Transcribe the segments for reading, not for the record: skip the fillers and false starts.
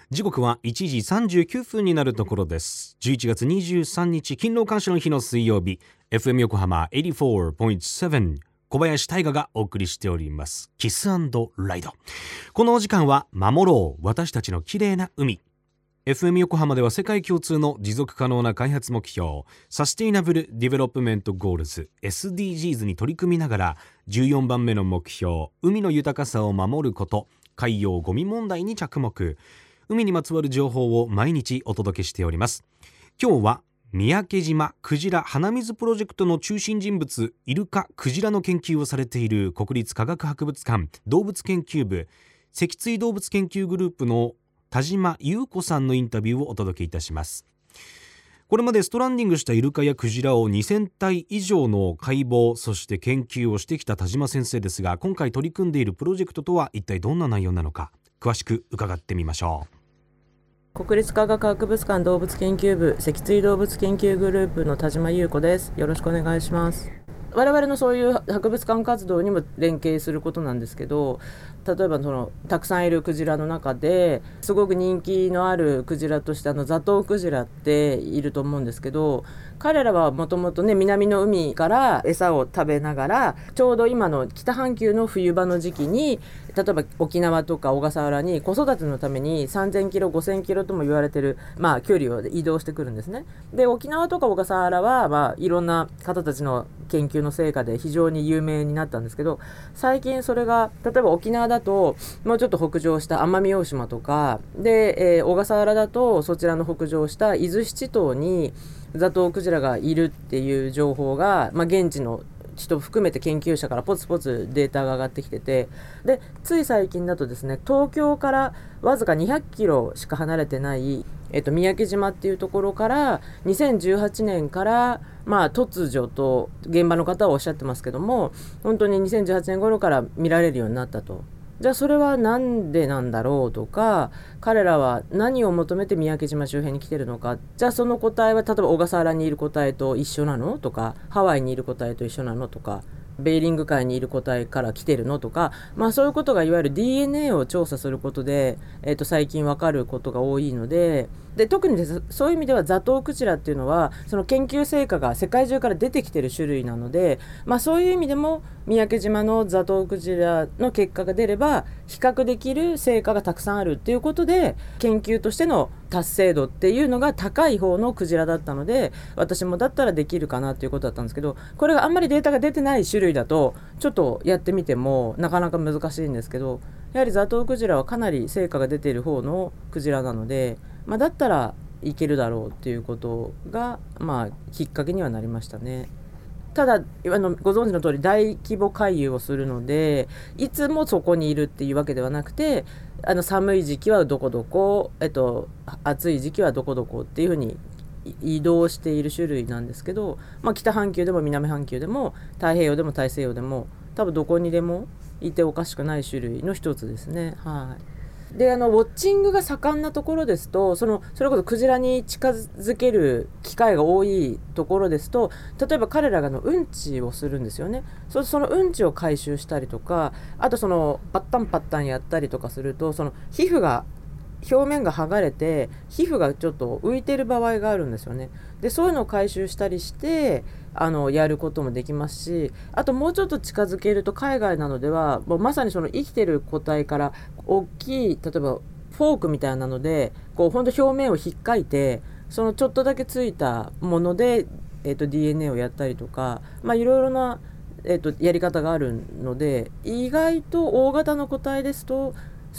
時刻は1時39分になるところです。11月23日勤労感謝の日の水曜日、 FM 横浜 84.7 小林大賀がお送りしておりますキス&ライド。このお時間は守ろう私たちの綺麗な海。 FM 横浜では世界共通の持続可能な開発目標サステイナブルディベロップメントゴールズ SDGs に取り組みながら、14番目の目標海の豊かさを守ること、海洋ゴミ問題に着目。海にまつわる情報を毎日お届けしております。今日は三宅島クジラ鼻水プロジェクトの中心人物、イルカクジラの研究をされている国立科学博物館動物研究部脊椎動物研究グループの田島優子さんのインタビューをお届けいたします。これまでストランディングしたイルカやクジラを2000体以上の解剖そして研究をしてきた田島先生ですが、今回取り組んでいるプロジェクトとは一体どんな内容なのか、詳しく伺ってみましょう。 国立科学博物館動物研究部脊椎動物研究グループの田島優子です。よろしくお願いします。我々のそういう博物館活動にも連携することなんですけど、例えばたくさんいるクジラの中ですごく人気のあるクジラとしてザトウクジラっていると思うんですけど、彼らはもともとね南の海から餌を食べながら、ちょうど今の北半球の冬場の時期に例えば沖縄とか小笠原に子育てのために3000キロ5000キロとも言われてる、距離を移動してくるんですね。で沖縄とか小笠原は、いろんな方たちの研究の成果で非常に有名になったんですけど、最近それが例えば沖縄だともうちょっと北上した奄美大島とかで、小笠原だとそちらの北上した伊豆七島にザトウクジラがいるっていう情報が、現地の人含めて研究者からポツポツデータが上がってきてて、でつい最近だとですね、東京からわずか200キロしか離れてない三宅島っていうところから2018年から突如と現場の方はおっしゃってますけども、本当に2018年頃から見られるようになったと。じゃあそれはなんでなんだろうとか、彼らは何を求めて三宅島周辺に来てるのか、じゃあその個体は例えば小笠原にいる個体と一緒なのとか、ハワイにいる個体と一緒なのとか、ベーリング海にいる個体から来てるのとか、そういうことがいわゆる DNA を調査することで、最近わかることが多いので、特にです、そういう意味ではザトウクジラっていうのはその研究成果が世界中から出てきてる種類なので、そういう意味でも三宅島のザトウクジラの結果が出れば比較できる成果がたくさんあるっていうことで、研究としての達成度っていうのが高い方のクジラだったので、私もだったらできるかなっていうことだったんですけど、これがあんまりデータが出てない種類だとちょっとやってみてもなかなか難しいんですけど、やはりザトウクジラはかなり成果が出ている方のクジラなので、だったらいけるだろうっていうことがきっかけにはなりましたね。ただご存知の通り大規模回遊をするので、いつもそこにいるっていうわけではなくて、寒い時期はどこどこ、暑い時期はどこどこっていうふうに移動している種類なんですけど、北半球でも南半球でも太平洋でも大西洋でも多分どこにでもいておかしくない種類の一つですね。でウォッチングが盛んなところですと、それこそクジラに近づける機会が多いところですと、例えば彼らがうんちをするんですよね。そのうんちを回収したりとか、あとパッタンパッタンやったりとかすると、皮膚が表面が剥がれて皮膚がちょっと浮いてる場合があるんですよね。でそういうのを回収したりしてやることもできますし、あともうちょっと近づけると、海外などではもうまさに生きてる個体から大きい、例えばフォークみたいなので本当表面をひっかいて、ちょっとだけついたもので、DNA をやったりとか、いろいろな、やり方があるので、意外と大型の個体ですと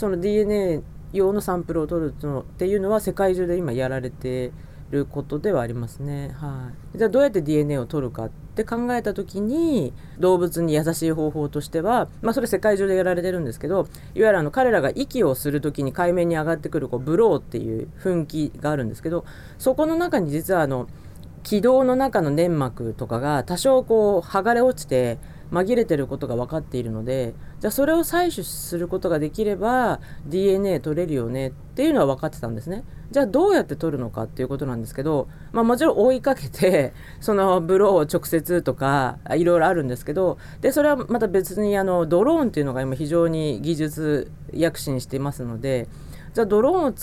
DNA 用のサンプルを取るっていうのは世界中で今やられてることではありますね。じゃあどうやって DNA を取るかって考えた時に、動物に優しい方法としては、それ世界中でやられてるんですけど、いわゆる彼らが息をする時に海面に上がってくるブローっていう噴気があるんですけど、そこの中に実は気道の中の粘膜とかが多少剥がれ落ちて紛れてることが分かっているので、じゃあそれを採取することができれば DNA 取れるよねっていうのは分かってたんですね。じゃあどうやって取るのかっていうことなんですけど、もちろん追いかけてそのブローを直接とかいろいろあるんですけど、でそれはまた別にドローンっていうのが今非常に技術躍進していますので、じゃあドローンを使っ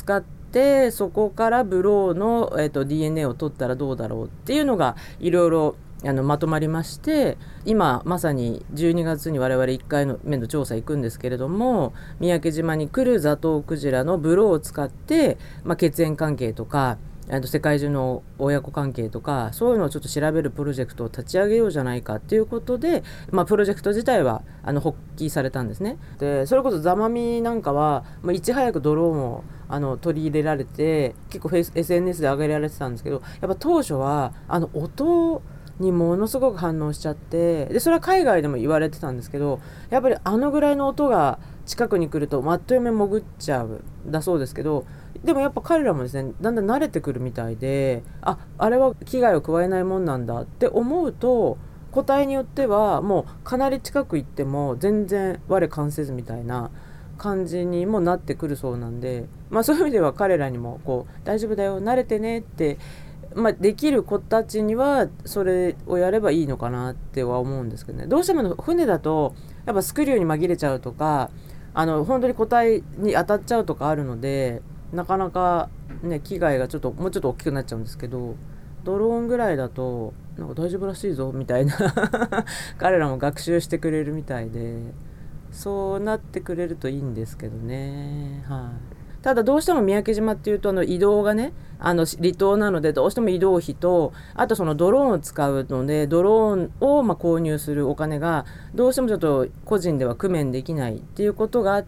ってそこからブローの、DNA を取ったらどうだろうっていうのがいろいろまとまりまして、今まさに12月に我々1回目の調査行くんですけれども、三宅島に来るザトウクジラのブローを使って、血縁関係とか世界中の親子関係とかそういうのをちょっと調べるプロジェクトを立ち上げようじゃないかっていうことで、プロジェクト自体は発起されたんですね。でそれこそザマミなんかは、いち早くドローンを取り入れられて結構SNS で上げられてたんですけど、やっぱ当初は音にものすごく反応しちゃって、でそれは海外でも言われてたんですけど、やっぱりぐらいの音が近くに来るとマット嫁潜っちゃうだそうですけど、でもやっぱ彼らもですねだんだん慣れてくるみたいで、あれは危害を加えないもんなんだって思うと、個体によってはもうかなり近く行っても全然我関せずみたいな感じにもなってくるそうなんで、そういう意味では彼らにも大丈夫だよ慣れてねってできる子たちにはそれをやればいいのかなっては思うんですけどね。どうしても船だとやっぱスクリューに紛れちゃうとか本当に個体に当たっちゃうとかあるので、なかなかね危害がもうちょっと大きくなっちゃうんですけど、ドローンぐらいだとなんか大丈夫らしいぞみたいな彼らも学習してくれるみたいで、そうなってくれるといいんですけどね。ただどうしても三宅島っていうと移動がね離島なので、どうしても移動費とあとそのドローンを使うのでドローンを購入するお金がどうしてもちょっと個人では工面できないっていうことがあって、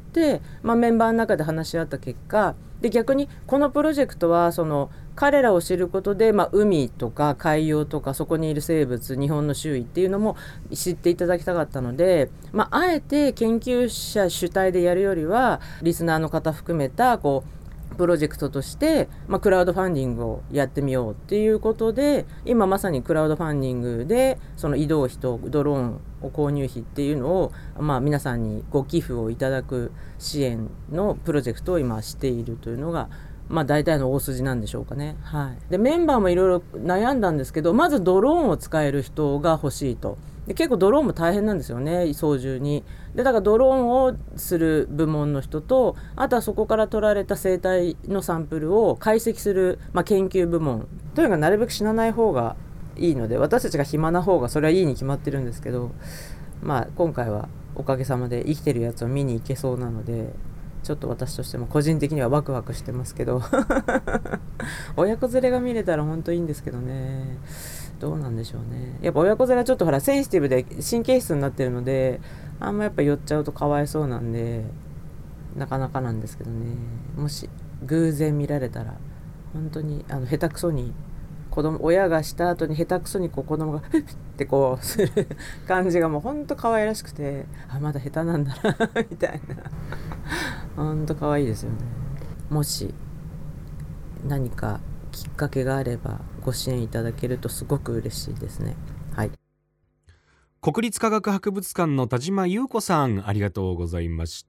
メンバーの中で話し合った結果で、逆にこのプロジェクトはその彼らを知ることで、海とか海洋とかそこにいる生物、日本の周囲っていうのも知っていただきたかったので、あえて研究者主体でやるよりはリスナーの方含めたプロジェクトとして、クラウドファンディングをやってみようっていうことで、今まさにクラウドファンディングでその移動費とドローンを購入費っていうのを、皆さんにご寄付をいただく支援のプロジェクトを今しているというのが大体の大筋なんでしょうかね。でメンバーもいろいろ悩んだんですけど、まずドローンを使える人が欲しいと。で結構ドローンも大変なんですよね、操縦に。でだからドローンをする部門の人と、あとはそこから取られた生態のサンプルを解析する、研究部門というのがなるべく死なない方がいいので、私たちが暇な方がそれはいいに決まってるんですけど、今回はおかげさまで生きてるやつを見に行けそうなので、ちょっと私としても個人的にはワクワクしてますけど親子連れが見れたら本当いいんですけどね。どうなんでしょうね。やっぱ親子連れはちょっとセンシティブで神経質になってるので、あんまやっぱ寄っちゃうとかわいそうなんでなかなかなんですけどね。もし偶然見られたら本当に下手くそに親がした後に下手くそに子供がフッってする感じがもう本当可愛らしくて、まだ下手なんだなみたいな本当可愛いですよね。もし何かきっかけがあればご支援いただけるとすごく嬉しいですね。 国立科学博物館の田島優子さん、ありがとうございました。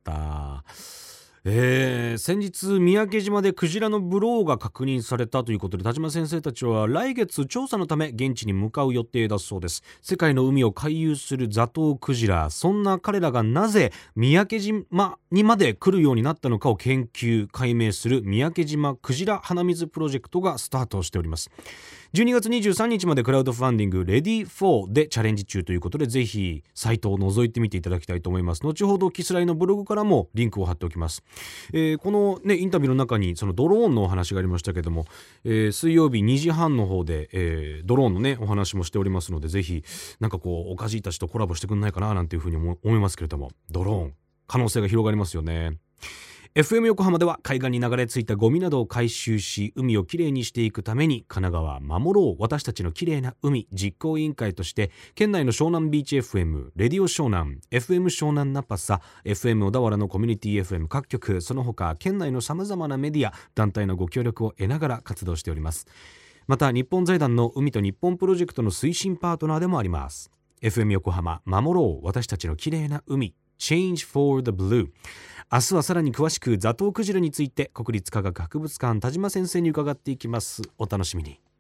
先日三宅島でクジラのブローが確認されたということで、田島先生たちは来月調査のため現地に向かう予定だそうです。世界の海を回遊するザトウクジラ、そんな彼らがなぜ三宅島にまで来るようになったのかを研究解明する三宅島クジラ鼻水プロジェクトがスタートしております。12月23日までクラウドファンディング Ready4 でチャレンジ中ということで、ぜひサイトを覗いてみていただきたいと思います。後ほどキスライのブログからもリンクを貼っておきます。この、インタビューの中にそのドローンのお話がありましたけども、水曜日2時半の方で、ドローンのお話もしておりますので、ぜひおかじいたちとコラボしてくんないかななんていうふうに思いますけれども、ドローン可能性が広がりますよね。FM 横浜では海岸に流れ着いたゴミなどを回収し、海をきれいにしていくために神奈川守ろう私たちのきれいな海実行委員会として、県内の湘南ビーチ FM、レディオ湘南、 FM 湘南ナパサ、 FM 小田原のコミュニティ FM 各局、その他県内のさまざまなメディア団体のご協力を得ながら活動しております。また日本財団の海と日本プロジェクトの推進パートナーでもあります。 FM 横浜守ろう私たちのきれいな海 Change for the Blue。明日はさらに詳しくザトウクジラについて国立科学博物館田島先生に伺っていきます。お楽しみに。